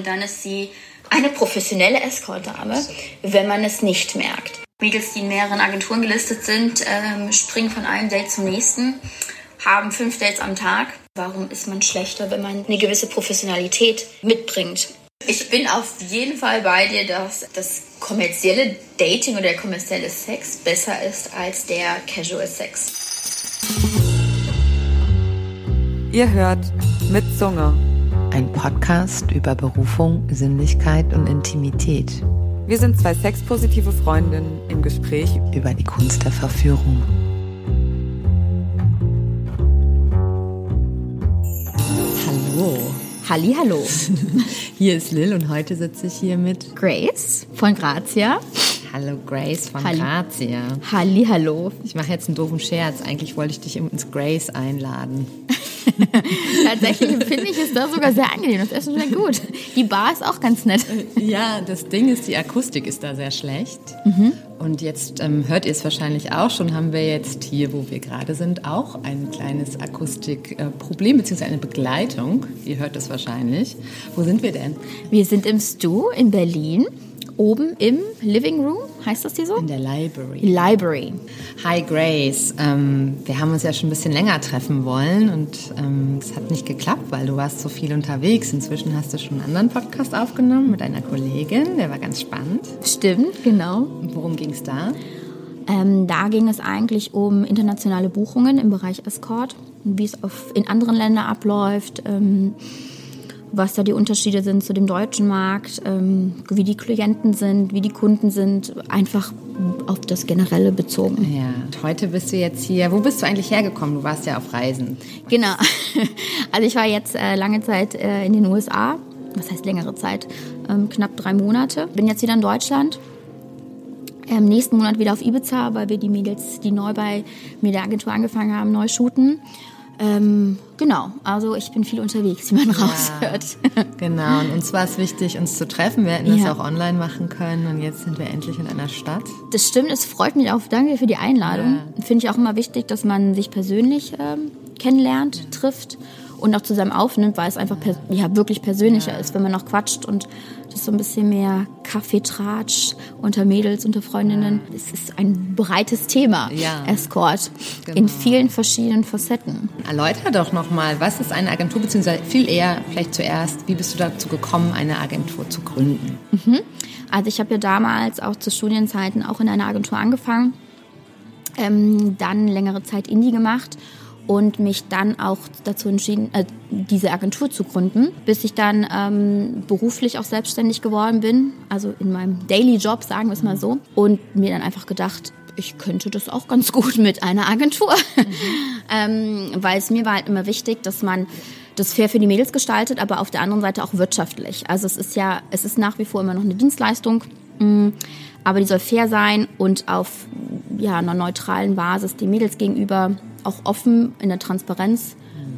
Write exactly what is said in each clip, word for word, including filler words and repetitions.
und dann ist sie eine professionelle Escort-Dame, wenn man es nicht merkt. Mädels, die in mehreren Agenturen gelistet sind, ähm, springen von einem Date zum nächsten, haben fünf Dates am Tag. Warum ist man schlechter, wenn man eine gewisse Professionalität mitbringt? Ich bin auf jeden Fall bei dir, dass das kommerzielle Dating oder der kommerzielle Sex besser ist als der Casual Sex. Ihr hört Mit Zunge. Ein Podcast über Berufung, Sinnlichkeit und Intimität. Wir sind zwei sexpositive Freundinnen im Gespräch über die Kunst der Verführung. Hallo. Hallihallo. Hier ist Lil und heute sitze ich hier mit Grace von Grazia. Hallo Grace von Halli. Grazia. Hallihallo. Ich mache jetzt einen doofen Scherz. Eigentlich wollte ich dich ins Grace einladen. Tatsächlich finde ich es da sogar sehr angenehm. Das Essen schmeckt gut. Die Bar ist auch ganz nett. Ja, das Ding ist, die Akustik ist da sehr schlecht. Mhm. Und jetzt ähm, hört ihr es wahrscheinlich auch schon, haben wir jetzt hier, wo wir gerade sind, auch ein kleines Akustikproblem, beziehungsweise eine Begleitung. Ihr hört es wahrscheinlich. Wo sind wir denn? Wir sind im Stu in Berlin. Oben im Living Room, heißt das hier so? In der Library. Library. Hi Grace, ähm, wir haben uns ja schon ein bisschen länger treffen wollen und ähm, es hat nicht geklappt, weil du warst so viel unterwegs. Inzwischen hast du schon einen anderen Podcast aufgenommen mit einer Kollegin, der war ganz spannend. Stimmt, genau. Worum ging es da? Ähm, da ging es eigentlich um internationale Buchungen im Bereich Escort, wie es auf, in anderen Ländern abläuft, ähm, was da die Unterschiede sind zu dem deutschen Markt, ähm, wie die Klienten sind, wie die Kunden sind, einfach auf das Generelle bezogen. Ja, und heute bist du jetzt hier. Wo bist du eigentlich hergekommen? Du warst ja auf Reisen. Genau. Also ich war jetzt äh, lange Zeit äh, in den U S A. Was heißt längere Zeit? Ähm, knapp drei Monate. Bin jetzt wieder in Deutschland. Ähm, nächsten Monat wieder auf Ibiza, weil wir die Mädels, die neu bei mir der Agentur angefangen haben, neu shooten. Ähm, genau, also ich bin viel unterwegs, wie man ja, raushört. Genau, und uns war es wichtig, uns zu treffen. Wir hätten das ja. auch online machen können und jetzt sind wir endlich in einer Stadt. Das stimmt, es freut mich auch. Danke für die Einladung. Ja. Finde ich auch immer wichtig, dass man sich persönlich ähm, kennenlernt, ja. trifft und auch zusammen aufnimmt, weil es einfach pers- ja, wirklich persönlicher ja. ist, wenn man noch quatscht und das ist so ein bisschen mehr Kaffeetratsch unter Mädels, unter Freundinnen. Ja. Es ist ein breites Thema, ja. Escort, genau. in vielen verschiedenen Facetten. Erläuter doch nochmal, was ist eine Agentur, beziehungsweise viel eher vielleicht zuerst, wie bist du dazu gekommen, eine Agentur zu gründen? Mhm. Also ich habe ja damals auch zu Studienzeiten auch in einer Agentur angefangen, ähm, dann längere Zeit Indie gemacht und mich dann auch dazu entschieden, äh, diese Agentur zu gründen, bis ich dann ähm, beruflich auch selbstständig geworden bin, also in meinem Daily Job, sagen wir es mal so, und mir dann einfach gedacht, ich könnte das auch ganz gut mit einer Agentur, mhm. ähm, weil es mir war halt immer wichtig, dass man das fair für die Mädels gestaltet, aber auf der anderen Seite auch wirtschaftlich. Also es ist ja, es ist nach wie vor immer noch eine Dienstleistung, mh, aber die soll fair sein und auf ja, einer neutralen Basis den Mädels gegenüber auch offen in der Transparenz,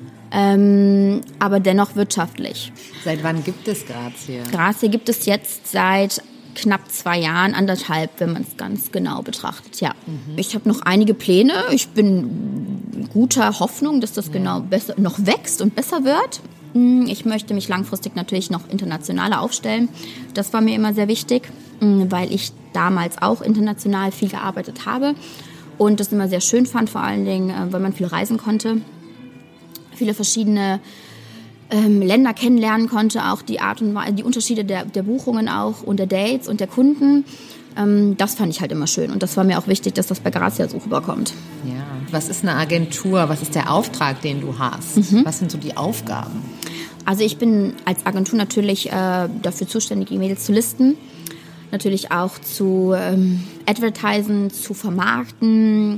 ähm, aber dennoch wirtschaftlich. Seit wann gibt es Grazia? Grazia gibt es jetzt seit knapp zwei Jahren, anderthalb, wenn man es ganz genau betrachtet. Ja, mhm. Ich habe noch einige Pläne. Ich bin guter Hoffnung, dass das ja. genau besser, noch wächst und besser wird. Ich möchte mich langfristig natürlich noch internationaler aufstellen. Das war mir immer sehr wichtig, weil ich damals auch international viel gearbeitet habe. Und das immer sehr schön fand, vor allen Dingen, weil man viel reisen konnte, viele verschiedene ähm, Länder kennenlernen konnte, auch die Art und Weise, die Unterschiede der, der Buchungen auch und der Dates und der Kunden. Ähm, das fand ich halt immer schön und das war mir auch wichtig, dass das bei Grazia so rüberkommt. Ja. Was ist eine Agentur? Was ist der Auftrag, den du hast? Mhm. Was sind so die Aufgaben? Also ich bin als Agentur natürlich äh, dafür zuständig, die Mädels zu listen. Natürlich auch zu ähm, advertisen, zu vermarkten,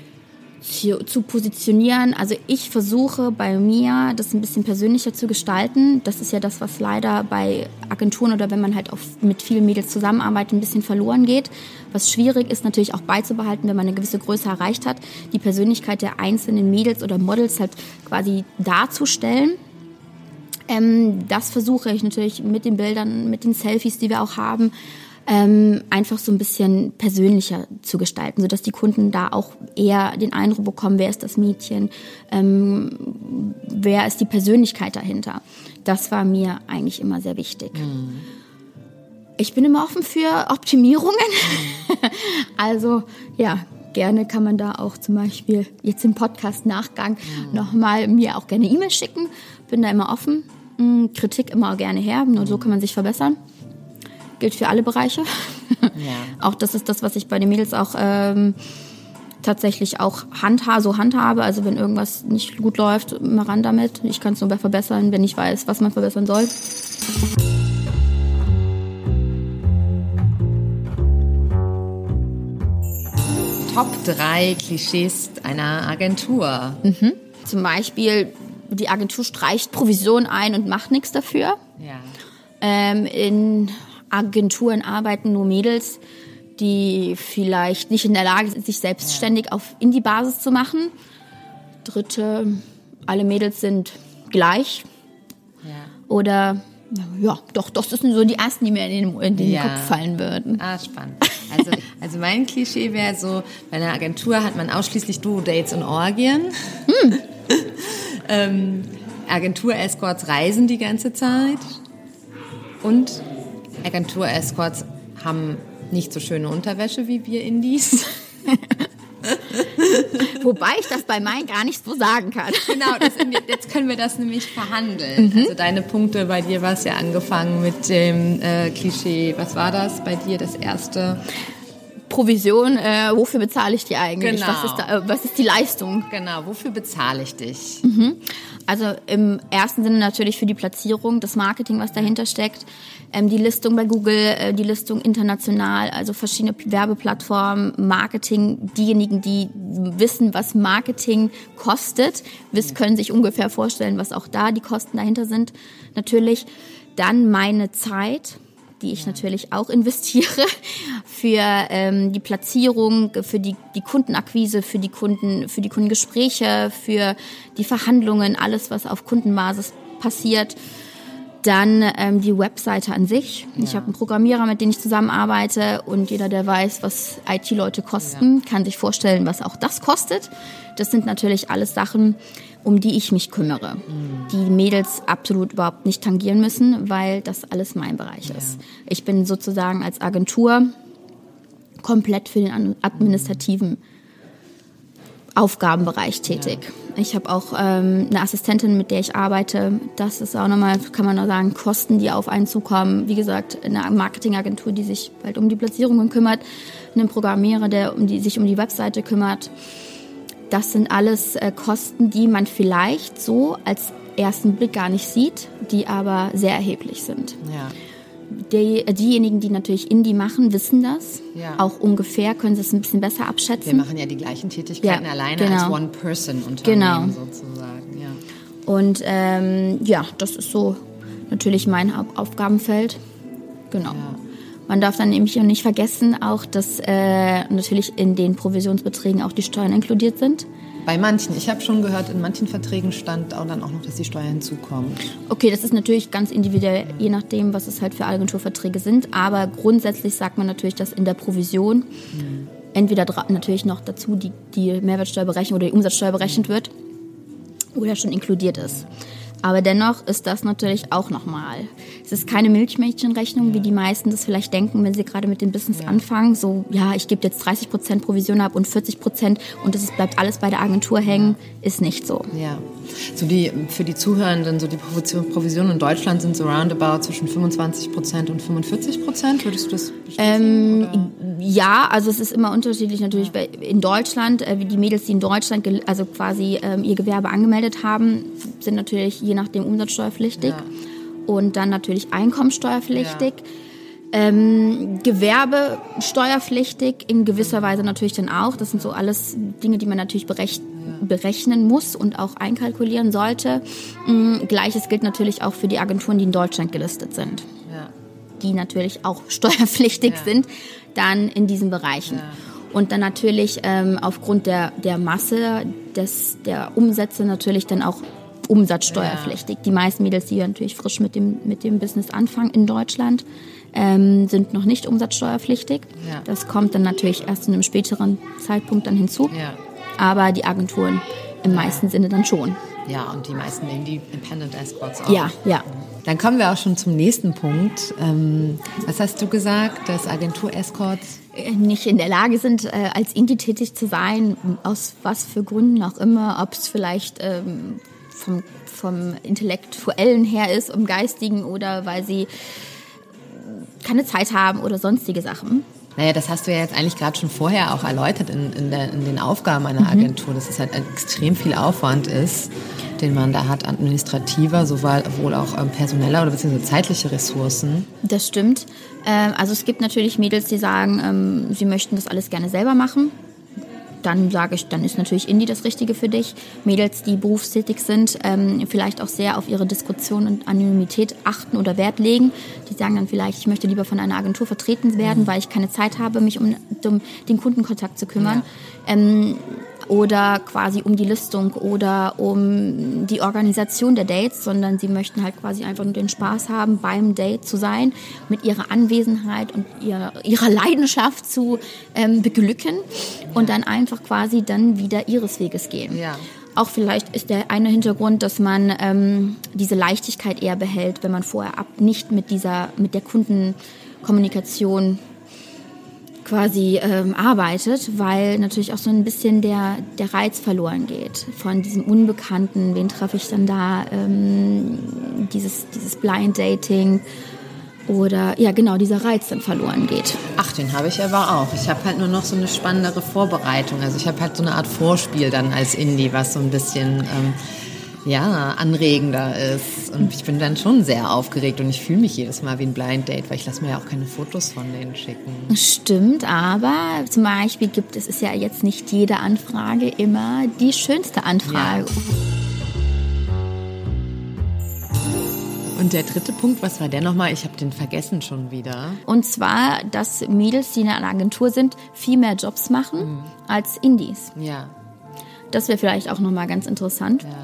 zu, zu positionieren. Also ich versuche bei mir, das ein bisschen persönlicher zu gestalten. Das ist ja das, was leider bei Agenturen oder wenn man halt auf, mit vielen Mädels zusammenarbeitet, ein bisschen verloren geht. Was schwierig ist, natürlich auch beizubehalten, wenn man eine gewisse Größe erreicht hat, die Persönlichkeit der einzelnen Mädels oder Models halt quasi darzustellen. Ähm, das versuche ich natürlich mit den Bildern, mit den Selfies, die wir auch haben, ähm, einfach so ein bisschen persönlicher zu gestalten, sodass die Kunden da auch eher den Eindruck bekommen, wer ist das Mädchen, ähm, wer ist die Persönlichkeit dahinter. Das war mir eigentlich immer sehr wichtig. Mhm. Ich bin immer offen für Optimierungen. Mhm. Also ja, gerne kann man da auch zum Beispiel jetzt im Podcast-Nachgang mhm. nochmal mir auch gerne E-Mail schicken. Bin da immer offen. Kritik immer gerne her, nur so kann man sich verbessern. Gilt für alle Bereiche. Ja. Auch das ist das, was ich bei den Mädels auch ähm, tatsächlich auch handha- so handhabe. Also wenn irgendwas nicht gut läuft, immer ran damit. Ich kann es nur verbessern, wenn ich weiß, was man verbessern soll. Top drei Klischees einer Agentur. Mhm. Zum Beispiel, die Agentur streicht Provision ein und macht nichts dafür. Ja. Ähm, in Agenturen arbeiten nur Mädels, die vielleicht nicht in der Lage sind, sich selbstständig ja. auf Indie-Basis zu machen. Dritte, alle Mädels sind gleich. Ja. Oder, ja, doch, das sind so die ersten, die mir in den, in den ja. Kopf fallen würden. Ah, spannend. Also, also mein Klischee wäre so, bei einer Agentur hat man ausschließlich Duo-Dates und Orgien. Hm. ähm, Agentur-Escorts reisen die ganze Zeit. Und Agentur-Escorts haben nicht so schöne Unterwäsche wie wir Indies. Wobei ich das bei meinen gar nicht so sagen kann. Genau, das, jetzt können wir das nämlich verhandeln. Mhm. Also deine Punkte, bei dir war es ja angefangen mit dem äh, Klischee, was war das bei dir, das erste? Provision, äh, wofür bezahle ich die eigentlich? Genau. Was ist, da, äh, was ist die Leistung? Genau, wofür bezahle ich dich? Mhm. Also im ersten Sinne natürlich für die Platzierung, das Marketing, was dahinter steckt, ähm, die Listung bei Google, äh, die Listung international, also verschiedene Werbeplattformen, Marketing. Diejenigen, die wissen, was Marketing kostet, wissen, können sich ungefähr vorstellen, was auch da die Kosten dahinter sind. Natürlich dann meine Zeit, die ich natürlich auch investiere, für ähm, die Platzierung, für die, die Kundenakquise, für die Kunden, für die Kundengespräche, für die Verhandlungen, alles, was auf Kundenbasis passiert. Dann ähm, die Webseite an sich. Ja. Ich habe einen Programmierer, mit dem ich zusammenarbeite, und jeder, der weiß, was I T-Leute kosten, ja. kann sich vorstellen, was auch das kostet. Das sind natürlich alles Sachen, um die ich mich kümmere, mhm. die Mädels absolut überhaupt nicht tangieren müssen, weil das alles mein Bereich ja. ist. Ich bin sozusagen als Agentur komplett für den administrativen Aufgabenbereich tätig. Ja. Ich habe auch ähm, eine Assistentin, mit der ich arbeite. Das ist auch nochmal, kann man nur sagen, Kosten, die auf einen zukommen. Wie gesagt, eine Marketingagentur, die sich halt um die Platzierungen kümmert, einen Programmierer, der um die, sich um die Webseite kümmert. Das sind alles äh, Kosten, die man vielleicht so als ersten Blick gar nicht sieht, die aber sehr erheblich sind. Ja. Die, diejenigen, die natürlich Indie machen, wissen das. Ja. Auch ungefähr können sie es ein bisschen besser abschätzen. Wir machen ja die gleichen Tätigkeiten ja, alleine genau. als One-Person-Unternehmen genau. sozusagen. Ja. Und ähm, ja, das ist so natürlich mein Aufgabenfeld. Genau. Ja. Man darf dann nämlich nicht vergessen, auch, dass äh, natürlich in den Provisionsbeträgen auch die Steuern inkludiert sind. Bei manchen. Ich habe schon gehört, in manchen Verträgen stand auch dann auch noch, dass die Steuer hinzukommt. Okay, das ist natürlich ganz individuell, je nachdem, was es halt für Agenturverträge sind. Aber grundsätzlich sagt man natürlich, dass in der Provision mhm. entweder dra- natürlich noch dazu die, die Mehrwertsteuer berechnet oder die Umsatzsteuer berechnet wird oder schon inkludiert ist. Aber dennoch ist das natürlich auch nochmal. Es ist keine Milchmädchenrechnung, wie die meisten das vielleicht denken, wenn sie gerade mit dem Business ja. anfangen. So, ja, ich gebe jetzt dreißig Prozent Provision ab und vierzig Prozent und das bleibt alles bei der Agentur hängen, ist nicht so. Ja, so die, für die Zuhörenden, so die Provisionen in Deutschland sind so roundabout zwischen fünfundzwanzig Prozent und fünfundvierzig Prozent. Würdest du das bestätigen? Ähm, ja, also es ist immer unterschiedlich natürlich. Ja. In Deutschland, äh, die Mädels, die in Deutschland ge- also quasi ähm, ihr Gewerbe angemeldet haben, sind natürlich je nachdem umsatzsteuerpflichtig ja. und dann natürlich einkommensteuerpflichtig. Ja. Ähm, Gewerbe steuerpflichtig in gewisser Weise natürlich dann auch. Das sind so alles Dinge, die man natürlich berech- ja. berechnen muss und auch einkalkulieren sollte. Mhm. Gleiches gilt natürlich auch für die Agenturen, die in Deutschland gelistet sind. Ja. Die natürlich auch steuerpflichtig ja. sind, dann in diesen Bereichen. Ja. Und dann natürlich ähm, aufgrund der, der Masse des, der Umsätze natürlich dann auch umsatzsteuerpflichtig. Ja. Die meisten Mädels, die natürlich frisch mit dem, mit dem Business anfangen in Deutschland, ähm, sind noch nicht umsatzsteuerpflichtig. Ja. Das kommt dann natürlich erst in einem späteren Zeitpunkt dann hinzu. Ja. Aber die Agenturen im meisten Sinne dann schon. Ja, und die meisten Independent Escorts auch. Ja, ja. Dann kommen wir auch schon zum nächsten Punkt. Ähm, was hast du gesagt, dass Agentur-Escorts nicht in der Lage sind, äh, als Indie tätig zu sein, aus was für Gründen auch immer, ob es vielleicht ähm, vom, vom Intellektuellen her ist, im Geistigen oder weil sie keine Zeit haben oder sonstige Sachen. Naja, das hast du ja jetzt eigentlich gerade schon vorher auch erläutert in, in, der, in den Aufgaben einer Agentur, dass es halt extrem viel Aufwand ist, den man da hat, administrativer, sowohl auch ähm, personeller oder beziehungsweise zeitliche Ressourcen. Das stimmt. Ähm, also es gibt natürlich Mädels, die sagen, ähm, sie möchten das alles gerne selber machen. Dann sage ich, dann ist natürlich Indie das Richtige für dich. Mädels, die berufstätig sind, ähm, vielleicht auch sehr auf ihre Diskretion und Anonymität achten oder Wert legen. Die sagen dann vielleicht, ich möchte lieber von einer Agentur vertreten werden, mhm. weil ich keine Zeit habe, mich um, um den Kundenkontakt zu kümmern. Ja. Ähm, oder quasi um die Listung oder um die Organisation der Dates, sondern sie möchten halt quasi einfach nur den Spaß haben, beim Date zu sein, mit ihrer Anwesenheit und ihrer, ihrer Leidenschaft zu ähm, beglücken und dann einfach quasi dann wieder ihres Weges gehen. Ja. Auch vielleicht ist der eine Hintergrund, dass man ähm, diese Leichtigkeit eher behält, wenn man vorher ab nicht mit dieser, mit der Kundenkommunikation quasi ähm, arbeitet, weil natürlich auch so ein bisschen der, der Reiz verloren geht von diesem Unbekannten, wen treffe ich dann da, ähm, dieses, dieses Blind Dating oder ja genau, dieser Reiz dann verloren geht. Ach, den habe ich aber auch. Ich habe halt nur noch so eine spannendere Vorbereitung, also ich habe halt so eine Art Vorspiel dann als Indie, was so ein bisschen ähm, ja, anregender ist. Und ich bin dann schon sehr aufgeregt und ich fühle mich jedes Mal wie ein Blind Date, weil ich lasse mir ja auch keine Fotos von denen schicken. Stimmt, aber zum Beispiel gibt es, ist ja jetzt nicht jede Anfrage immer die schönste Anfrage. Ja. Und der dritte Punkt, was war der nochmal? Ich habe den vergessen schon wieder. Und zwar, dass Mädels, die in einer Agentur sind, viel mehr Jobs machen mhm. als Indies. Ja. Das wäre vielleicht auch nochmal ganz interessant. Ja.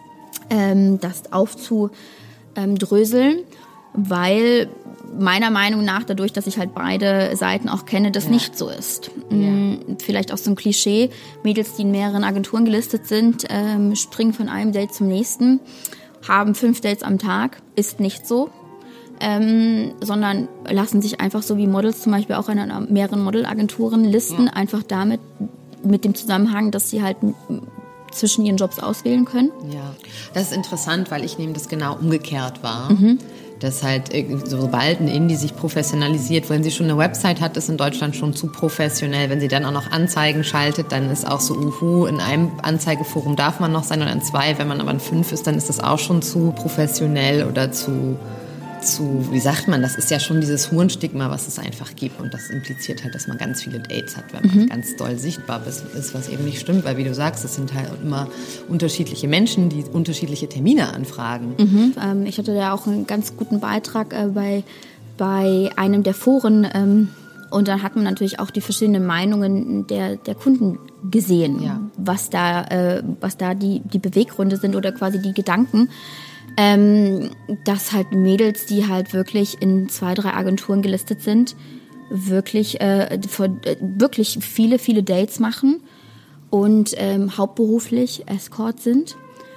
Das aufzudröseln, weil meiner Meinung nach, dadurch, dass ich halt beide Seiten auch kenne, das ja. nicht so ist. Ja. Vielleicht auch so ein Klischee, Mädels, die in mehreren Agenturen gelistet sind, springen von einem Date zum nächsten, haben fünf Dates am Tag, ist nicht so. Ähm, sondern lassen sich einfach so wie Models zum Beispiel auch in mehreren Modelagenturen listen, ja. einfach damit, mit dem Zusammenhang, dass sie halt zwischen ihren Jobs auswählen können. Ja, das ist interessant, weil ich nehme das genau umgekehrt wahr. Mhm. Dass halt, sobald ein Indie sich professionalisiert, wenn sie schon eine Website hat, ist in Deutschland schon zu professionell. Wenn sie dann auch noch Anzeigen schaltet, dann ist auch so, uhu, in einem Anzeigeforum darf man noch sein oder in zwei. Wenn man aber in fünf ist, dann ist das auch schon zu professionell oder zu, zu, wie sagt man, das ist ja schon dieses Hurenstigma, was es einfach gibt. Und das impliziert halt, dass man ganz viele Dates hat, wenn man mhm. ganz doll sichtbar ist, was eben nicht stimmt. Weil wie du sagst, es sind halt immer unterschiedliche Menschen, die unterschiedliche Termine anfragen. Mhm. Ähm, ich hatte da auch einen ganz guten Beitrag äh, bei, bei einem der Foren. Ähm, und dann hat man natürlich auch die verschiedenen Meinungen der, der Kunden gesehen, ja. was da, äh, was da die, die Beweggründe sind oder quasi die Gedanken. Ähm, dass halt Mädels, die halt wirklich in zwei, drei Agenturen gelistet sind, wirklich, äh, vor, äh, wirklich viele, viele Dates machen und ähm, hauptberuflich Escort sind,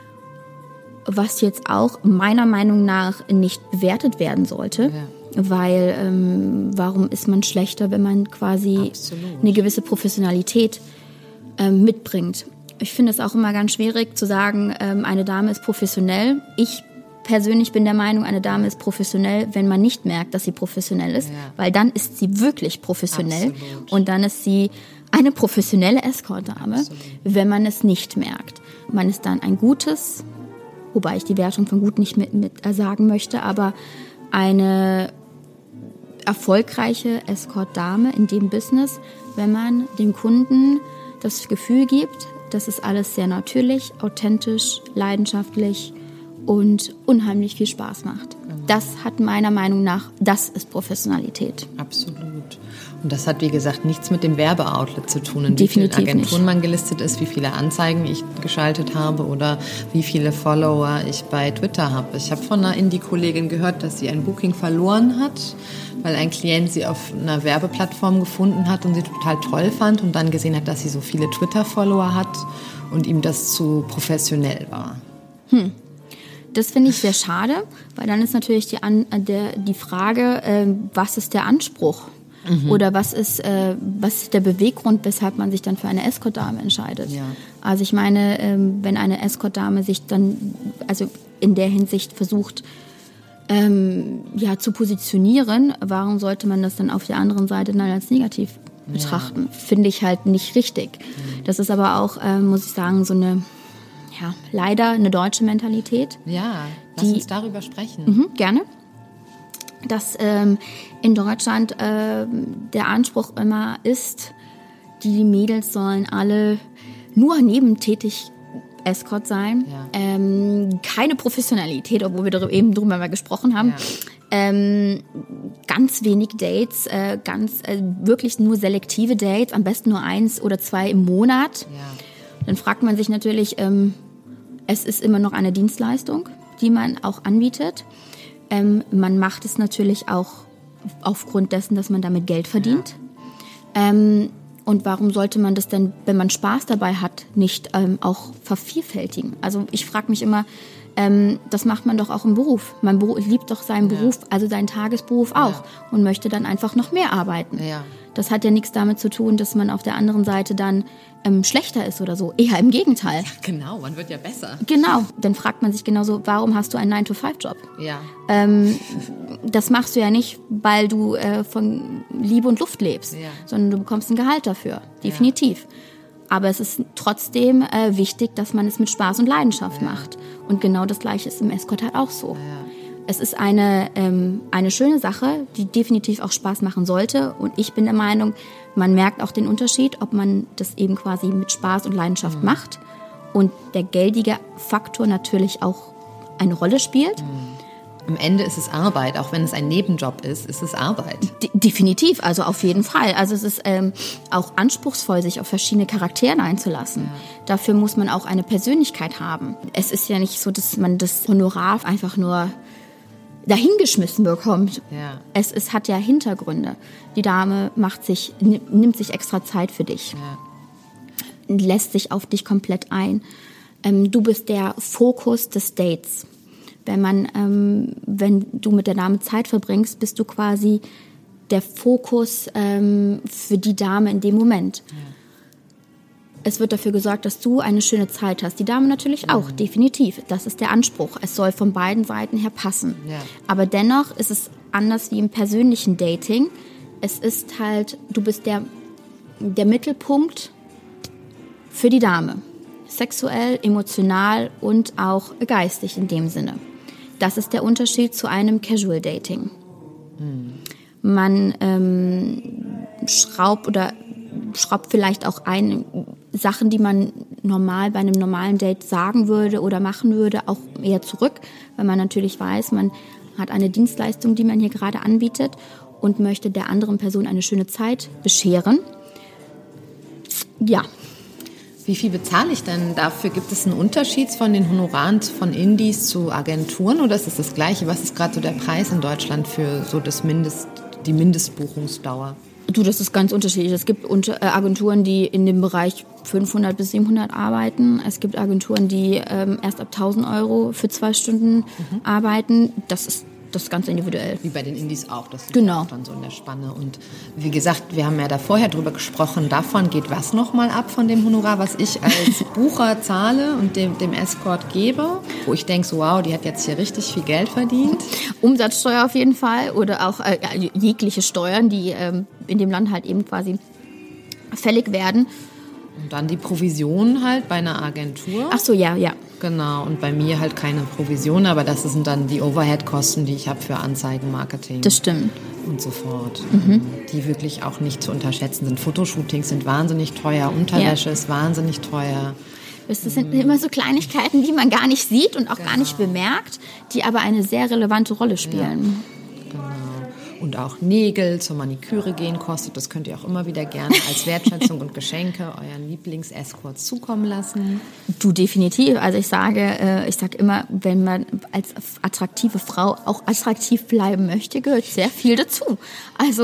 was jetzt auch meiner Meinung nach nicht bewertet werden sollte, ja. weil ähm, warum ist man schlechter, wenn man quasi Absolut. eine gewisse Professionalität ähm, mitbringt. Ich finde es auch immer ganz schwierig zu sagen, eine Dame ist professionell. Ich persönlich bin der Meinung, eine Dame ist professionell, wenn man nicht merkt, dass sie professionell ist, ja. weil dann ist sie wirklich professionell. Absolut. Und dann ist sie eine professionelle Escort-Dame, Absolut. wenn man es nicht merkt. Man ist dann ein gutes, wobei ich die Wertung von gut nicht mit, mit sagen möchte, aber eine erfolgreiche Escort-Dame in dem Business, wenn man dem Kunden das Gefühl gibt, das ist alles sehr natürlich, authentisch, leidenschaftlich und unheimlich viel Spaß macht. Genau. Das hat meiner Meinung nach, das ist Professionalität. Absolut. Und das hat, wie gesagt, nichts mit dem Werbeoutlet zu tun, in Definitiv wie vielen Agenturen nicht. man gelistet ist, wie viele Anzeigen ich geschaltet habe oder wie viele Follower ich bei Twitter habe. Ich habe von einer Indie-Kollegin gehört, dass sie ein Booking verloren hat, weil ein Klient sie auf einer Werbeplattform gefunden hat und sie total toll fand und dann gesehen hat, dass sie so viele Twitter-Follower hat und ihm das zu professionell war. Hm. Das finde ich sehr schade, weil dann ist natürlich die, An- der, die Frage, äh, was ist der Anspruch? Mhm. Oder was ist, äh, was ist der Beweggrund, weshalb man sich dann für eine Escort-Dame entscheidet? Ja. Also ich meine, ähm, wenn eine Escort-Dame sich dann, also in der Hinsicht versucht, ähm, ja, zu positionieren, warum sollte man das dann auf der anderen Seite dann als negativ betrachten? Ja. Finde ich halt nicht richtig. Mhm. Das ist aber auch, äh, muss ich sagen, so eine, ja, leider eine deutsche Mentalität. Ja, lass die, uns darüber sprechen. Mhm, gerne. Dass ähm, in Deutschland äh, der Anspruch immer ist, die Mädels sollen alle nur nebentätig Escort sein. Ja. Ähm, keine Professionalität, obwohl wir darüber, eben drüber mal gesprochen haben. Ja. Ähm, ganz wenig Dates, äh, ganz äh, wirklich nur selektive Dates, am besten nur eins oder zwei im Monat. Ja. Dann fragt man sich natürlich, ähm, es ist immer noch eine Dienstleistung, die man auch anbietet. Ähm, man macht es natürlich auch aufgrund dessen, dass man damit Geld verdient. Ja. Ähm, und warum sollte man das denn, wenn man Spaß dabei hat, nicht ähm, auch vervielfältigen? Also ich frage mich immer, ähm, das macht man doch auch im Beruf. Man Beruf, liebt doch seinen ja. Beruf, also seinen Tagesberuf auch ja. und möchte dann einfach noch mehr arbeiten. Ja. Das hat ja nichts damit zu tun, dass man auf der anderen Seite dann ähm, schlechter ist oder so. Eher im Gegenteil. Ja, genau, man wird ja besser. Genau. Dann fragt man sich genauso, warum hast du einen nine to five Job? Ja. Ähm, das machst du ja nicht, weil du äh, von Liebe und Luft lebst, ja. sondern du bekommst ein Gehalt dafür. Definitiv. Ja. Aber es ist trotzdem äh, wichtig, dass man es mit Spaß und Leidenschaft ja. macht. Und genau das Gleiche ist im Escort halt auch so. Ja. Es ist eine, ähm, eine schöne Sache, die definitiv auch Spaß machen sollte. Und ich bin der Meinung, man merkt auch den Unterschied, ob man das eben quasi mit Spaß und Leidenschaft mhm. macht. Und der geldige Faktor natürlich auch eine Rolle spielt. Mhm. Am Ende ist es Arbeit, auch wenn es ein Nebenjob ist, ist es Arbeit. De- definitiv, also auf jeden Fall. Also es ist ähm, auch anspruchsvoll, sich auf verschiedene Charaktere einzulassen. Ja. Dafür muss man auch eine Persönlichkeit haben. Es ist ja nicht so, dass man das Honorar einfach nur dahingeschmissen bekommt. Ja. Es, es hat ja Hintergründe. Die Dame macht sich, nimmt sich extra Zeit für dich, ja. lässt sich auf dich komplett ein. Ähm, du bist der Fokus des Dates. Wenn man, ähm, wenn du mit der Dame Zeit verbringst, bist du quasi der Fokus ähm, für die Dame in dem Moment. Ja. Es wird dafür gesorgt, dass du eine schöne Zeit hast. Die Dame natürlich auch, mhm. definitiv. Das ist der Anspruch. Es soll von beiden Seiten her passen. Ja. Aber dennoch ist es anders wie im persönlichen Dating. Es ist halt, du bist der, der Mittelpunkt für die Dame. Sexuell, emotional und auch geistig in dem Sinne. Das ist der Unterschied zu einem Casual Dating. Mhm. Man ähm, schraubt oder schraubt vielleicht auch ein Sachen, die man normal bei einem normalen Date sagen würde oder machen würde, auch eher zurück, weil man natürlich weiß, man hat eine Dienstleistung, die man hier gerade anbietet und möchte der anderen Person eine schöne Zeit bescheren. Ja. Wie viel bezahle ich denn dafür? Gibt es einen Unterschied von den Honoraren von Indies zu Agenturen oder ist es das Gleiche? Was ist gerade so der Preis in Deutschland für so das Mindest, die Mindestbuchungsdauer? Du, das ist ganz unterschiedlich. Es gibt Agenturen, die in dem Bereich fünfhundert bis siebenhundert arbeiten. Es gibt Agenturen, die ähm, erst ab tausend Euro für zwei Stunden mhm. arbeiten. Das ist das ist ganz individuell. Wie bei den Indies auch. Das liegt genau. auch dann so in der Spanne. Und wie gesagt, wir haben ja da vorher drüber gesprochen, davon geht was nochmal ab von dem Honorar, was ich als Bucher zahle und dem, dem Escort gebe, wo ich denke, so, wow, die hat jetzt hier richtig viel Geld verdient. Umsatzsteuer auf jeden Fall oder auch äh, jegliche Steuern, die ähm, in dem Land halt eben quasi fällig werden. Und dann die Provision halt bei einer Agentur. Ach so, ja, ja. Genau, und bei mir halt keine Provision, aber das sind dann die Overhead-Kosten, die ich habe für Anzeigenmarketing. Das stimmt. Und so fort. Mhm. Die wirklich auch nicht zu unterschätzen sind. Fotoshootings sind wahnsinnig teuer, Unterwäsche ja. ist wahnsinnig teuer. Das sind mhm. immer so Kleinigkeiten, die man gar nicht sieht und auch genau. gar nicht bemerkt, die aber eine sehr relevante Rolle spielen. Ja. Genau. Und auch Nägel zur Maniküre gehen kostet. Das könnt ihr auch immer wieder gerne als Wertschätzung und Geschenke euren Lieblings-Escorts zukommen lassen. Du, definitiv. Also ich sage, ich sage immer, wenn man als attraktive Frau auch attraktiv bleiben möchte, gehört sehr viel dazu. Also ja.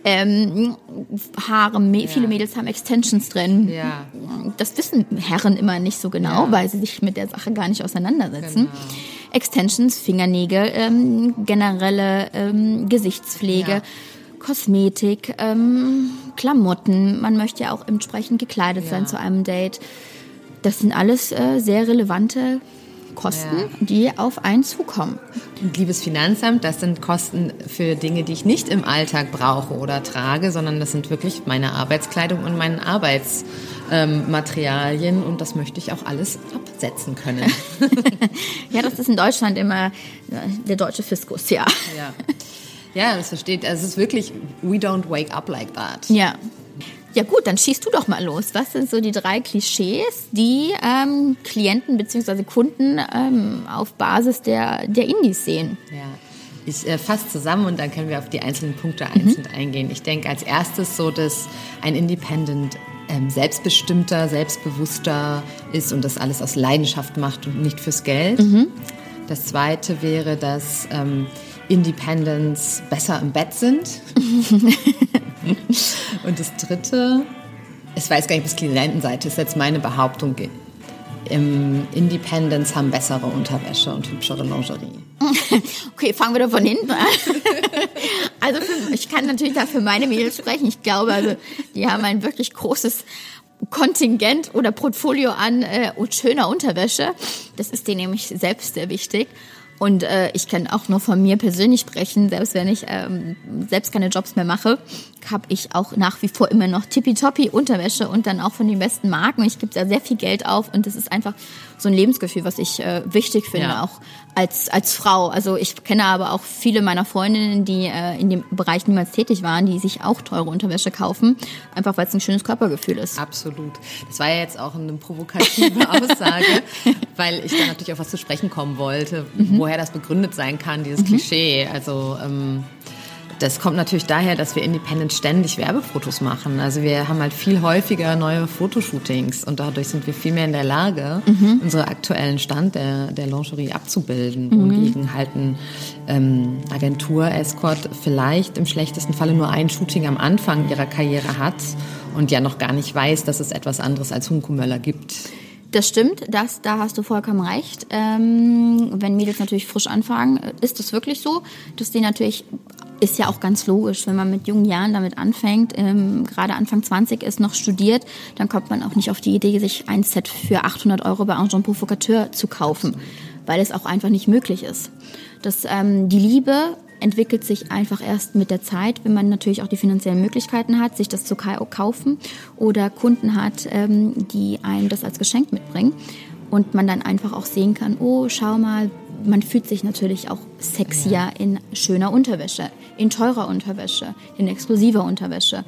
Ähm, Haare, me- ja. viele Mädels haben Extensions drin. Ja. Das wissen Herren immer nicht so genau, ja. weil sie sich mit der Sache gar nicht auseinandersetzen. Genau. Extensions, Fingernägel, ähm, generelle ähm, Gesichtspflege, ja. Kosmetik, ähm, Klamotten. Man möchte ja auch entsprechend gekleidet ja. sein zu einem Date. Das sind alles äh, sehr relevante Kosten, ja. die auf einen zukommen. Und liebes Finanzamt, das sind Kosten für Dinge, die ich nicht im Alltag brauche oder trage, sondern das sind wirklich meine Arbeitskleidung und meine Arbeitsmaterialien ähm, und das möchte ich auch alles absetzen können. Ja, das ist in Deutschland immer der deutsche Fiskus, ja. Ja, ja, das versteht. Also es ist wirklich, we don't wake up like that. Ja. Ja gut, dann schießt du doch mal los. Was sind so die drei Klischees, die ähm, Klienten bzw. Kunden ähm, auf Basis der, der Indies sehen? Ja, ich äh, fasse zusammen und dann können wir auf die einzelnen Punkte einzeln mhm. eingehen. Ich denke als erstes so, dass ein Independent ähm, selbstbestimmter, selbstbewusster ist und das alles aus Leidenschaft macht und nicht fürs Geld. Mhm. Das zweite wäre, dass ähm, Independents besser im Bett sind. Und das dritte, ich weiß gar nicht, bis Klientenseite ist jetzt meine Behauptung, im Independents haben bessere Unterwäsche und hübschere Lingerie. Okay, fangen wir da von hinten an. Also für, ich kann natürlich da für meine Mädels sprechen. Ich glaube, also die haben ein wirklich großes Kontingent oder Portfolio an äh, schöner Unterwäsche. Das ist denen nämlich selbst sehr wichtig. Und äh, ich kann auch nur von mir persönlich sprechen, selbst wenn ich ähm, selbst keine Jobs mehr mache, habe ich auch nach wie vor immer noch tippitoppi Unterwäsche und dann auch von den besten Marken. Ich gebe da sehr viel Geld auf und das ist einfach so ein Lebensgefühl, was ich äh, wichtig finde, ja. auch als als Frau. Also ich kenne aber auch viele meiner Freundinnen, die äh, in dem Bereich niemals tätig waren, die sich auch teure Unterwäsche kaufen, einfach weil es ein schönes Körpergefühl ist. Absolut. Das war ja jetzt auch eine provokative Aussage, weil ich da natürlich auf was zu sprechen kommen wollte, mhm. woher das begründet sein kann, dieses mhm. Klischee. Also ähm, das kommt natürlich daher, dass wir Independent ständig Werbefotos machen. Also wir haben halt viel häufiger neue Fotoshootings und dadurch sind wir viel mehr in der Lage, mhm. unseren aktuellen Stand der, der Lingerie abzubilden. Mhm. Wohingegen halt ein ähm, Agentur-Escort vielleicht im schlechtesten Falle nur ein Shooting am Anfang ihrer Karriere hat und ja noch gar nicht weiß, dass es etwas anderes als Hunkumöller gibt. Das stimmt, das, da hast du vollkommen recht. Ähm, wenn Mädels natürlich frisch anfangen, ist das wirklich so, dass die natürlich, ist ja auch ganz logisch, wenn man mit jungen Jahren damit anfängt, ähm, gerade Anfang zwanzig ist, noch studiert, dann kommt man auch nicht auf die Idee, sich ein Set für achthundert Euro bei Agent Provocateur zu kaufen, weil es auch einfach nicht möglich ist. Das, ähm, die Liebe entwickelt sich einfach erst mit der Zeit, wenn man natürlich auch die finanziellen Möglichkeiten hat, sich das zu kaufen oder Kunden hat, ähm, die einem das als Geschenk mitbringen und man dann einfach auch sehen kann, oh, schau mal, man fühlt sich natürlich auch sexier ja. in schöner Unterwäsche, in teurer Unterwäsche, in exklusiver Unterwäsche.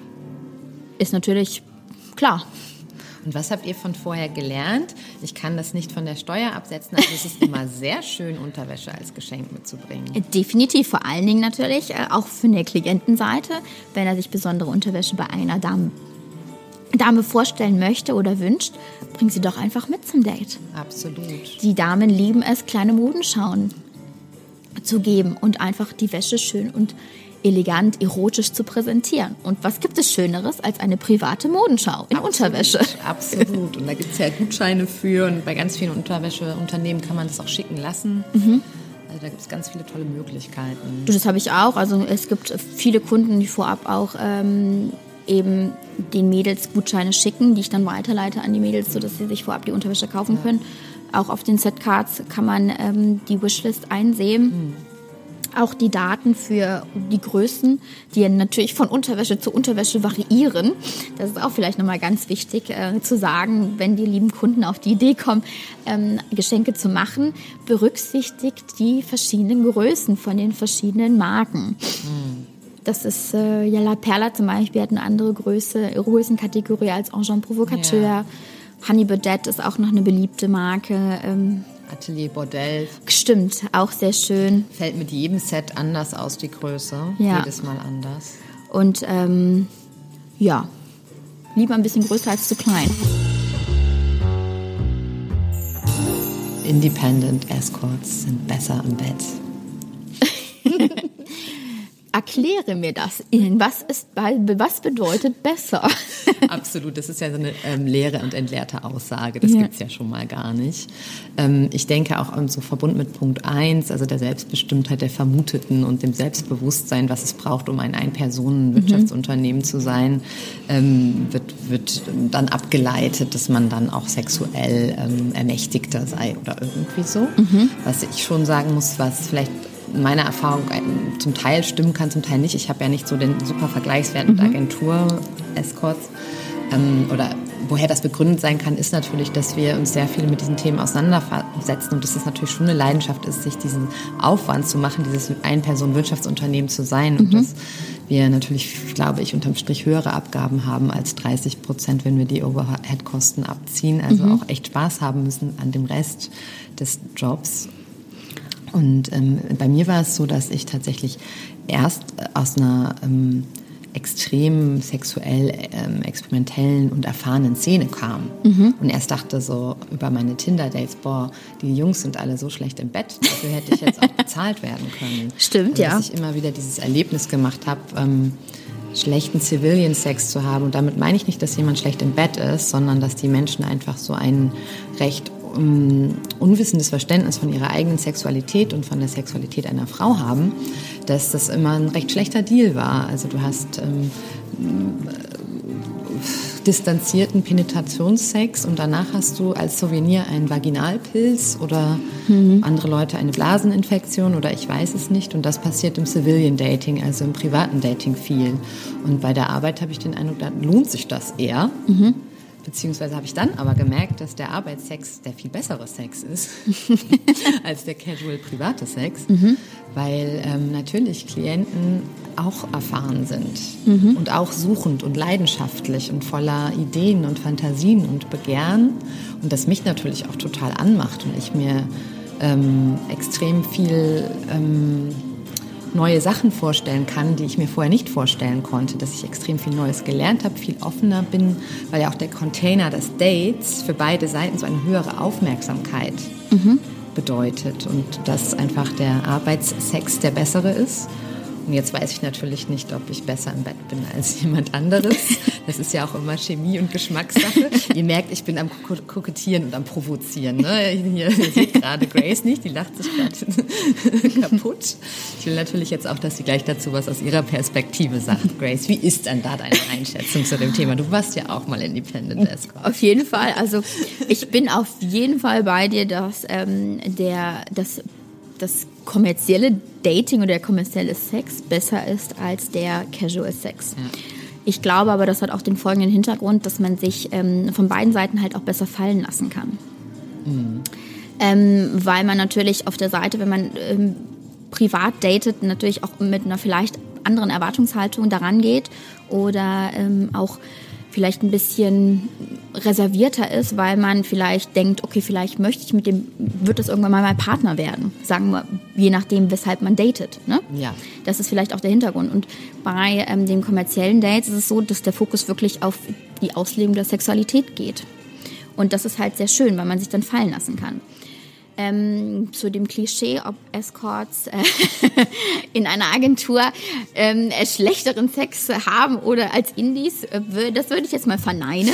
Ist natürlich klar. Und was habt ihr von vorher gelernt? Ich kann das nicht von der Steuer absetzen, aber es ist immer sehr schön, Unterwäsche als Geschenk mitzubringen. Definitiv, vor allen Dingen natürlich äh, auch von der Klientenseite, wenn er sich besondere Unterwäsche bei einer Dame, Dame vorstellen möchte oder wünscht, bring sie doch einfach mit zum Date. Absolut. Die Damen lieben es, kleine Modenschauen zu geben und einfach die Wäsche schön und elegant, erotisch zu präsentieren. Und was gibt es Schöneres als eine private Modenschau in Absolut, Unterwäsche? Absolut. Und da gibt es ja Gutscheine für und bei ganz vielen Unterwäscheunternehmen kann man das auch schicken lassen. Mhm. Also da gibt es ganz viele tolle Möglichkeiten. Das habe ich auch. Also es gibt viele Kunden, die vorab auch ähm, eben den Mädels Gutscheine schicken, die ich dann weiterleite an die Mädels, sodass sie sich vorab die Unterwäsche kaufen ja. können. Auch auf den Setcards kann man ähm, die Wishlist einsehen. Mhm. Auch die Daten für die Größen, die natürlich von Unterwäsche zu Unterwäsche variieren. Das ist auch vielleicht nochmal ganz wichtig äh, zu sagen, wenn die lieben Kunden auf die Idee kommen, ähm, Geschenke zu machen, berücksichtigt die verschiedenen Größen von den verschiedenen Marken. Mhm. Das ist, äh, ja, La Perla zum Beispiel hat eine andere Größe, Größenkategorie als Agent Provocateur. Ja. Honey Birdette ist auch noch eine beliebte Marke. Ähm, Atelier Bordel. Stimmt, auch sehr schön. Fällt mit jedem Set anders aus, die Größe. Ja. Jedes Mal anders. Und ähm, ja, lieber ein bisschen größer als zu klein. Independent Escorts sind besser im Bett. Erkläre mir das. Was ist, was bedeutet besser? Absolut, das ist ja so eine ähm, leere und entleerte Aussage. Das ja. gibt's ja schon mal gar nicht. Ähm, ich denke auch so verbunden mit Punkt eins, also der Selbstbestimmtheit der Vermuteten und dem Selbstbewusstsein, was es braucht, um ein Ein-Personen-Wirtschaftsunternehmen mhm. zu sein, ähm, wird, wird dann abgeleitet, dass man dann auch sexuell ähm, ermächtigter sei oder irgendwie so. Mhm. Was ich schon sagen muss, was vielleicht meine Erfahrung zum Teil stimmen kann, zum Teil nicht. Ich habe ja nicht so den super Vergleichswert mit mhm. Agentur-Escorts. Ähm, oder woher das begründet sein kann, ist natürlich, dass wir uns sehr viel mit diesen Themen auseinandersetzen und dass es natürlich schon eine Leidenschaft ist, sich diesen Aufwand zu machen, dieses Ein-Personen-Wirtschaftsunternehmen zu sein. Mhm. Und dass wir natürlich, glaube ich, unterm Strich höhere Abgaben haben als dreißig Prozent, wenn wir die Overhead-Kosten abziehen. Also mhm. auch echt Spaß haben müssen an dem Rest des Jobs. Und ähm, bei mir war es so, dass ich tatsächlich erst aus einer ähm, extrem sexuell ähm, experimentellen und erfahrenen Szene kam. Mhm. Und erst dachte so über meine Tinder-Dates, boah, die Jungs sind alle so schlecht im Bett, dafür hätte ich jetzt auch bezahlt werden können. Stimmt, also, ja. Dass ich immer wieder dieses Erlebnis gemacht habe, ähm, schlechten Civilian-Sex zu haben. Und damit meine ich nicht, dass jemand schlecht im Bett ist, sondern dass die Menschen einfach so ein recht um, unwissendes Verständnis von ihrer eigenen Sexualität und von der Sexualität einer Frau haben, dass das immer ein recht schlechter Deal war. Also du hast ähm, distanzierten Penetrationssex und danach hast du als Souvenir einen Vaginalpilz oder mhm. andere Leute eine Blaseninfektion oder ich weiß es nicht. Und das passiert im Civilian Dating, also im privaten Dating viel. Und bei der Arbeit habe ich den Eindruck, da lohnt sich das eher. Mhm. Beziehungsweise habe ich dann aber gemerkt, dass der Arbeitssex der viel bessere Sex ist als der casual private Sex, mhm. weil ähm, natürlich Klienten auch erfahren sind mhm. und auch suchend und leidenschaftlich und voller Ideen und Fantasien und Begehren und das mich natürlich auch total anmacht und ich mir ähm, extrem viel ähm, neue Sachen vorstellen kann, die ich mir vorher nicht vorstellen konnte, dass ich extrem viel Neues gelernt habe, viel offener bin, weil ja auch der Container des Dates für beide Seiten so eine höhere Aufmerksamkeit mhm. bedeutet und dass einfach der Arbeitssex der bessere ist. Und jetzt weiß ich natürlich nicht, ob ich besser im Bett bin als jemand anderes. Das ist ja auch immer Chemie und Geschmackssache. Ihr merkt, ich bin am Kokettieren und am Provozieren. Ne? Hier, ihr seht gerade Grace nicht, die lacht sich gerade kaputt. Ich will natürlich jetzt auch, dass sie gleich dazu was aus ihrer Perspektive sagt. Grace, wie ist denn da deine Einschätzung zu dem Thema? Du warst ja auch mal Independent Escort. Auf jeden Fall. Also ich bin auf jeden Fall bei dir, dass ähm, der das das kommerzielle Dating oder der kommerzielle Sex besser ist als der Casual Sex. Ja. Ich glaube aber, das hat auch den folgenden Hintergrund, dass man sich ähm, von beiden Seiten halt auch besser fallen lassen kann. Mhm. Ähm, weil man natürlich auf der Seite, wenn man ähm, privat datet, natürlich auch mit einer vielleicht anderen Erwartungshaltung daran geht oder ähm, auch vielleicht ein bisschen reservierter ist, weil man vielleicht denkt, okay, vielleicht möchte ich mit dem, wird das irgendwann mal mein Partner werden. Sagen wir, je nachdem, weshalb man datet. Ne? Ja. Das ist vielleicht auch der Hintergrund. Und bei ähm, den kommerziellen Dates ist es so, dass der Fokus wirklich auf die Auslebung der Sexualität geht. Und das ist halt sehr schön, weil man sich dann fallen lassen kann. Ähm, zu dem Klischee, ob Escorts äh, in einer Agentur ähm, schlechteren Sex haben oder als Indies, äh, das würde ich jetzt mal verneinen,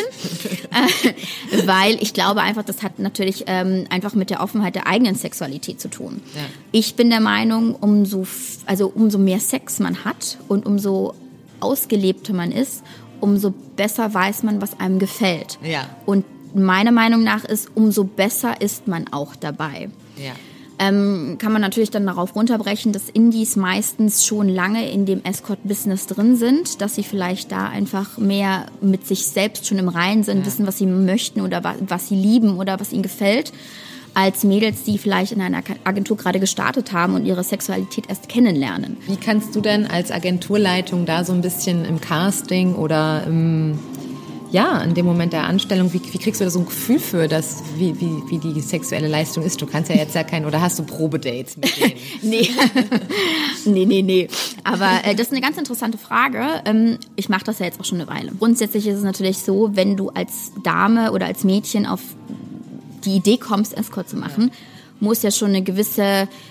äh, weil ich glaube einfach, das hat natürlich ähm, einfach mit der Offenheit der eigenen Sexualität zu tun. Ja. Ich bin der Meinung, umso, also umso mehr Sex man hat und umso ausgelebter man ist, umso besser weiß man, was einem gefällt. Ja. Und meiner Meinung nach ist, umso besser ist man auch dabei. Ja. Ähm, kann man natürlich dann darauf runterbrechen, dass Indies meistens schon lange in dem Escort-Business drin sind, dass sie vielleicht da einfach mehr mit sich selbst schon im Reinen sind, ja. wissen, was sie möchten oder was, was sie lieben oder was ihnen gefällt, als Mädels, die vielleicht in einer Agentur gerade gestartet haben und ihre Sexualität erst kennenlernen. Wie kannst du denn als Agenturleitung da so ein bisschen im Casting oder im Ja, in dem Moment der Anstellung, wie, wie kriegst du da so ein Gefühl für, das, wie, wie, wie die sexuelle Leistung ist? Du kannst ja jetzt ja kein, oder hast du Probedates mit denen? nee. nee, nee, nee. Aber äh, das ist eine ganz interessante Frage. Ähm, ich mache das ja jetzt auch schon eine Weile. Grundsätzlich ist es natürlich so, wenn du als Dame oder als Mädchen auf die Idee kommst, Escort zu machen, ja. muss ja schon eine gewisse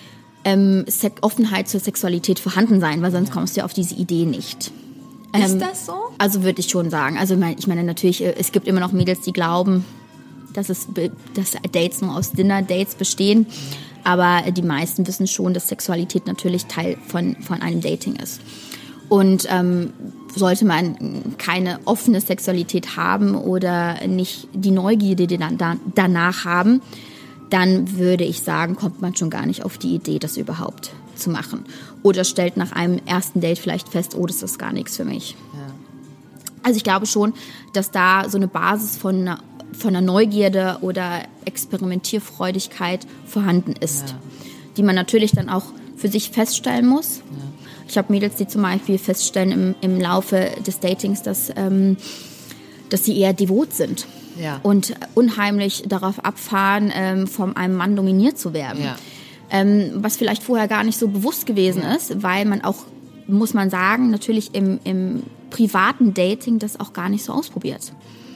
ähm, Se- Offenheit zur Sexualität vorhanden sein, weil sonst kommst du ja auf diese Idee nicht. Ist Ähm, das so? Also würde ich schon sagen. Also ich meine natürlich, äh, es gibt immer noch Mädels, die glauben, dass, es, be- dass Dates nur aus Dinner-Dates bestehen. Aber die meisten wissen schon, dass Sexualität natürlich Teil von, von einem Dating ist. Und ähm, sollte man keine offene Sexualität haben oder nicht die Neugierde die dann da, danach haben, dann würde ich sagen, kommt man schon gar nicht auf die Idee, das überhaupt zu machen. Oder stellt nach einem ersten Date vielleicht fest, oh, das ist gar nichts für mich. Ja. Also ich glaube schon, dass da so eine Basis von einer, von einer Neugierde oder Experimentierfreudigkeit vorhanden ist, ja. die man natürlich dann auch für sich feststellen muss. Ja. Ich habe Mädels, die zum Beispiel feststellen im, im Laufe des Datings, dass, ähm, dass sie eher devot sind. Ja. Und unheimlich darauf abfahren, ähm, von einem Mann dominiert zu werden. Ja. Ähm, was vielleicht vorher gar nicht so bewusst gewesen ja. ist, weil man auch, muss man sagen, natürlich im, im privaten Dating das auch gar nicht so ausprobiert.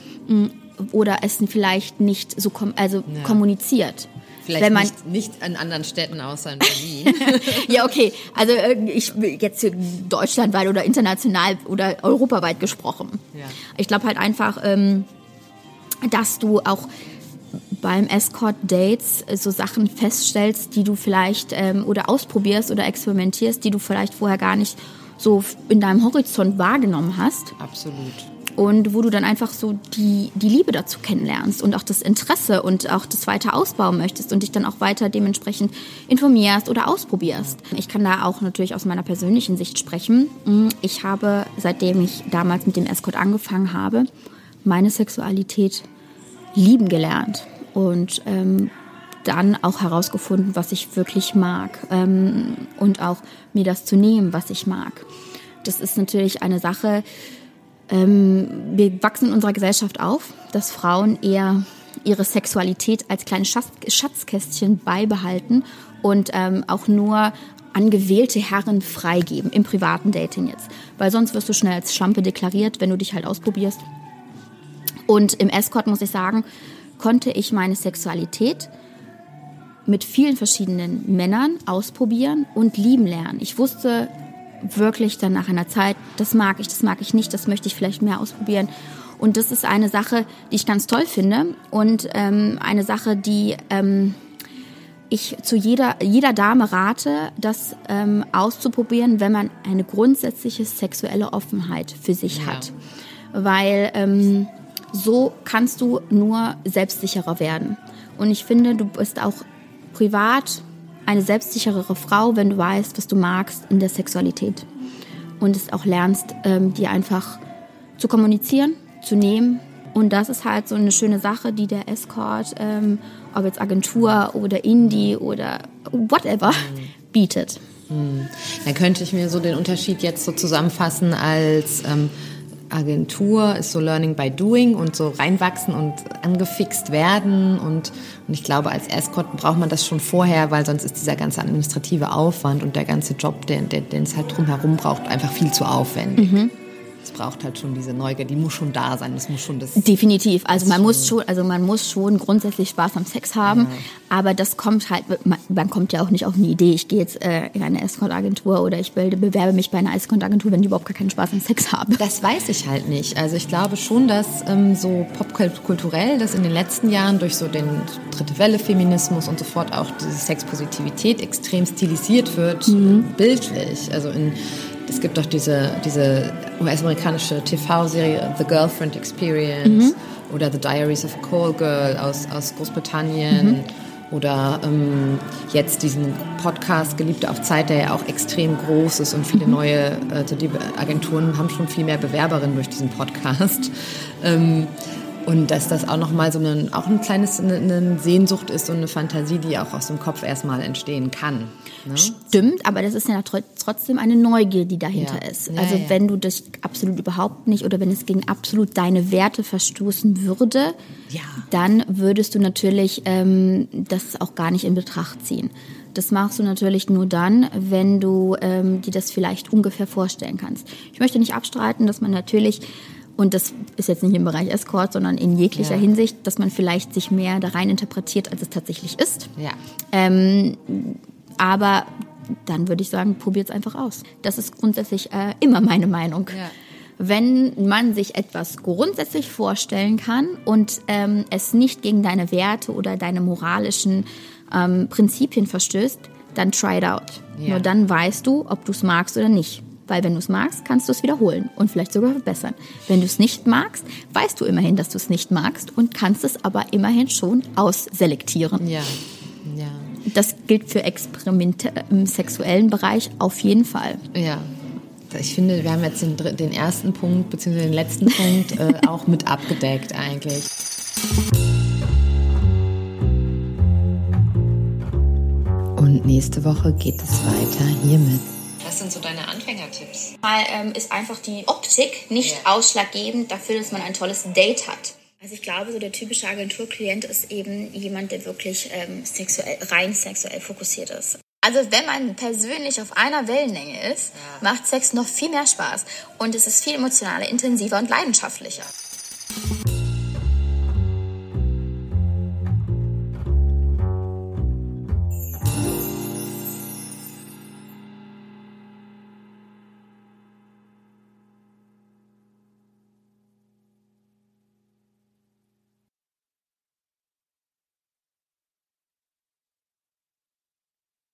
Oder es vielleicht nicht so kom- also ja. kommuniziert. Vielleicht Wenn man nicht, nicht in anderen Städten außer in Berlin. Ja, okay. Also ich jetzt deutschlandweit oder international oder europaweit gesprochen. Ja. Ich glaube halt einfach, ähm, dass du auch beim Escort-Dates so Sachen feststellst, die du vielleicht ähm, oder ausprobierst oder experimentierst, die du vielleicht vorher gar nicht so in deinem Horizont wahrgenommen hast. Absolut. Und wo du dann einfach so die, die Liebe dazu kennenlernst und auch das Interesse und auch das weiter ausbauen möchtest und dich dann auch weiter dementsprechend informierst oder ausprobierst. Ich kann da auch natürlich aus meiner persönlichen Sicht sprechen. Ich habe, seitdem ich damals mit dem Escort angefangen habe, meine Sexualität lieben gelernt und ähm, dann auch herausgefunden, was ich wirklich mag ähm, und auch mir das zu nehmen, was ich mag. Das ist natürlich eine Sache, ähm, wir wachsen in unserer Gesellschaft auf, dass Frauen eher ihre Sexualität als kleines Schatz, Schatzkästchen beibehalten und ähm, auch nur an gewählte Herren freigeben, im privaten Dating jetzt. Weil sonst wirst du schnell als Schlampe deklariert, wenn du dich halt ausprobierst. Und im Escort, muss ich sagen, konnte ich meine Sexualität mit vielen verschiedenen Männern ausprobieren und lieben lernen. Ich wusste wirklich dann nach einer Zeit, das mag ich, das mag ich nicht, das möchte ich vielleicht mehr ausprobieren. Und das ist eine Sache, die ich ganz toll finde und ähm, eine Sache, die ähm, ich zu jeder, jeder Dame rate, das ähm, auszuprobieren, wenn man eine grundsätzliche sexuelle Offenheit für sich ja. hat. Weil ähm, so kannst du nur selbstsicherer werden. Und ich finde, du bist auch privat eine selbstsicherere Frau, wenn du weißt, was du magst in der Sexualität. Und es auch lernst, ähm, dir einfach zu kommunizieren, zu nehmen. Und das ist halt so eine schöne Sache, die der Escort, ähm, ob jetzt Agentur oder Indie oder whatever, mhm. bietet. Mhm. Dann könnte ich mir so den Unterschied jetzt so zusammenfassen als ähm, Agentur ist so Learning by Doing und so reinwachsen und angefixt werden und, und ich glaube, als Escort braucht man das schon vorher, weil sonst ist dieser ganze administrative Aufwand und der ganze Job, den, den, den es halt drumherum braucht, einfach viel zu aufwendig. Mhm. Es braucht halt schon diese Neugier, die muss schon da sein, das muss schon das... Definitiv, also man muss schon, also man muss schon grundsätzlich Spaß am Sex haben, ja. aber das kommt halt, man, man kommt ja auch nicht auf eine Idee, ich gehe jetzt äh, in eine Escort-Agentur oder ich bewerbe mich bei einer Escort-Agentur, wenn ich überhaupt gar keinen Spaß am Sex habe. Das weiß ich halt nicht, also ich glaube schon, dass ähm, so popkulturell, dass in den letzten Jahren durch so den dritte Welle-Feminismus und so fort auch diese Sexpositivität extrem stilisiert wird, mhm. bildlich, also in... Es gibt doch diese, diese U S-amerikanische T V-Serie The Girlfriend Experience mhm. oder The Diaries of a Call Girl aus, aus Großbritannien mhm. oder ähm, jetzt diesen Podcast Geliebte auf Zeit, der ja auch extrem groß ist und viele mhm. neue also die Agenturen haben schon viel mehr Bewerberinnen durch diesen Podcast. Ähm, Und dass das auch nochmal so ein, auch ein kleines, eine, eine Sehnsucht ist und eine Fantasie, die auch aus dem Kopf erstmal entstehen kann. Ne? Stimmt, aber das ist ja trotzdem eine Neugier, die dahinter ja. ist. Ja, also ja. wenn du das absolut überhaupt nicht oder wenn es gegen absolut deine Werte verstoßen würde, ja. dann würdest du natürlich ähm, das auch gar nicht in Betracht ziehen. Das machst du natürlich nur dann, wenn du ähm, dir das vielleicht ungefähr vorstellen kannst. Ich möchte nicht abstreiten, dass man natürlich... Und das ist jetzt nicht im Bereich Escort, sondern in jeglicher ja. Hinsicht, dass man vielleicht sich mehr da rein interpretiert, als es tatsächlich ist. Ja. Ähm, aber dann würde ich sagen, probiert es einfach aus. Das ist grundsätzlich äh, immer meine Meinung. Ja. Wenn man sich etwas grundsätzlich vorstellen kann und ähm, es nicht gegen deine Werte oder deine moralischen ähm, Prinzipien verstößt, dann try it out. Ja. Nur dann weißt du, ob du es magst oder nicht. Weil wenn du es magst, kannst du es wiederholen und vielleicht sogar verbessern. Wenn du es nicht magst, weißt du immerhin, dass du es nicht magst und kannst es aber immerhin schon ausselektieren. Ja, ja. Das gilt für Experimente im sexuellen Bereich auf jeden Fall. Ja, ich finde, wir haben jetzt den, den ersten Punkt bzw. den letzten Punkt äh, auch mit abgedeckt eigentlich. Und nächste Woche geht es weiter hiermit. Was sind so deine Anfängertipps? Mal ähm, ist einfach die Optik nicht ja. ausschlaggebend dafür, dass man ein tolles Date hat. Also ich glaube, so der typische Agenturklient ist eben jemand, der wirklich ähm, sexuell, rein sexuell fokussiert ist. Also wenn man persönlich auf einer Wellenlänge ist, ja. macht Sex noch viel mehr Spaß und es ist viel emotionaler, intensiver und leidenschaftlicher.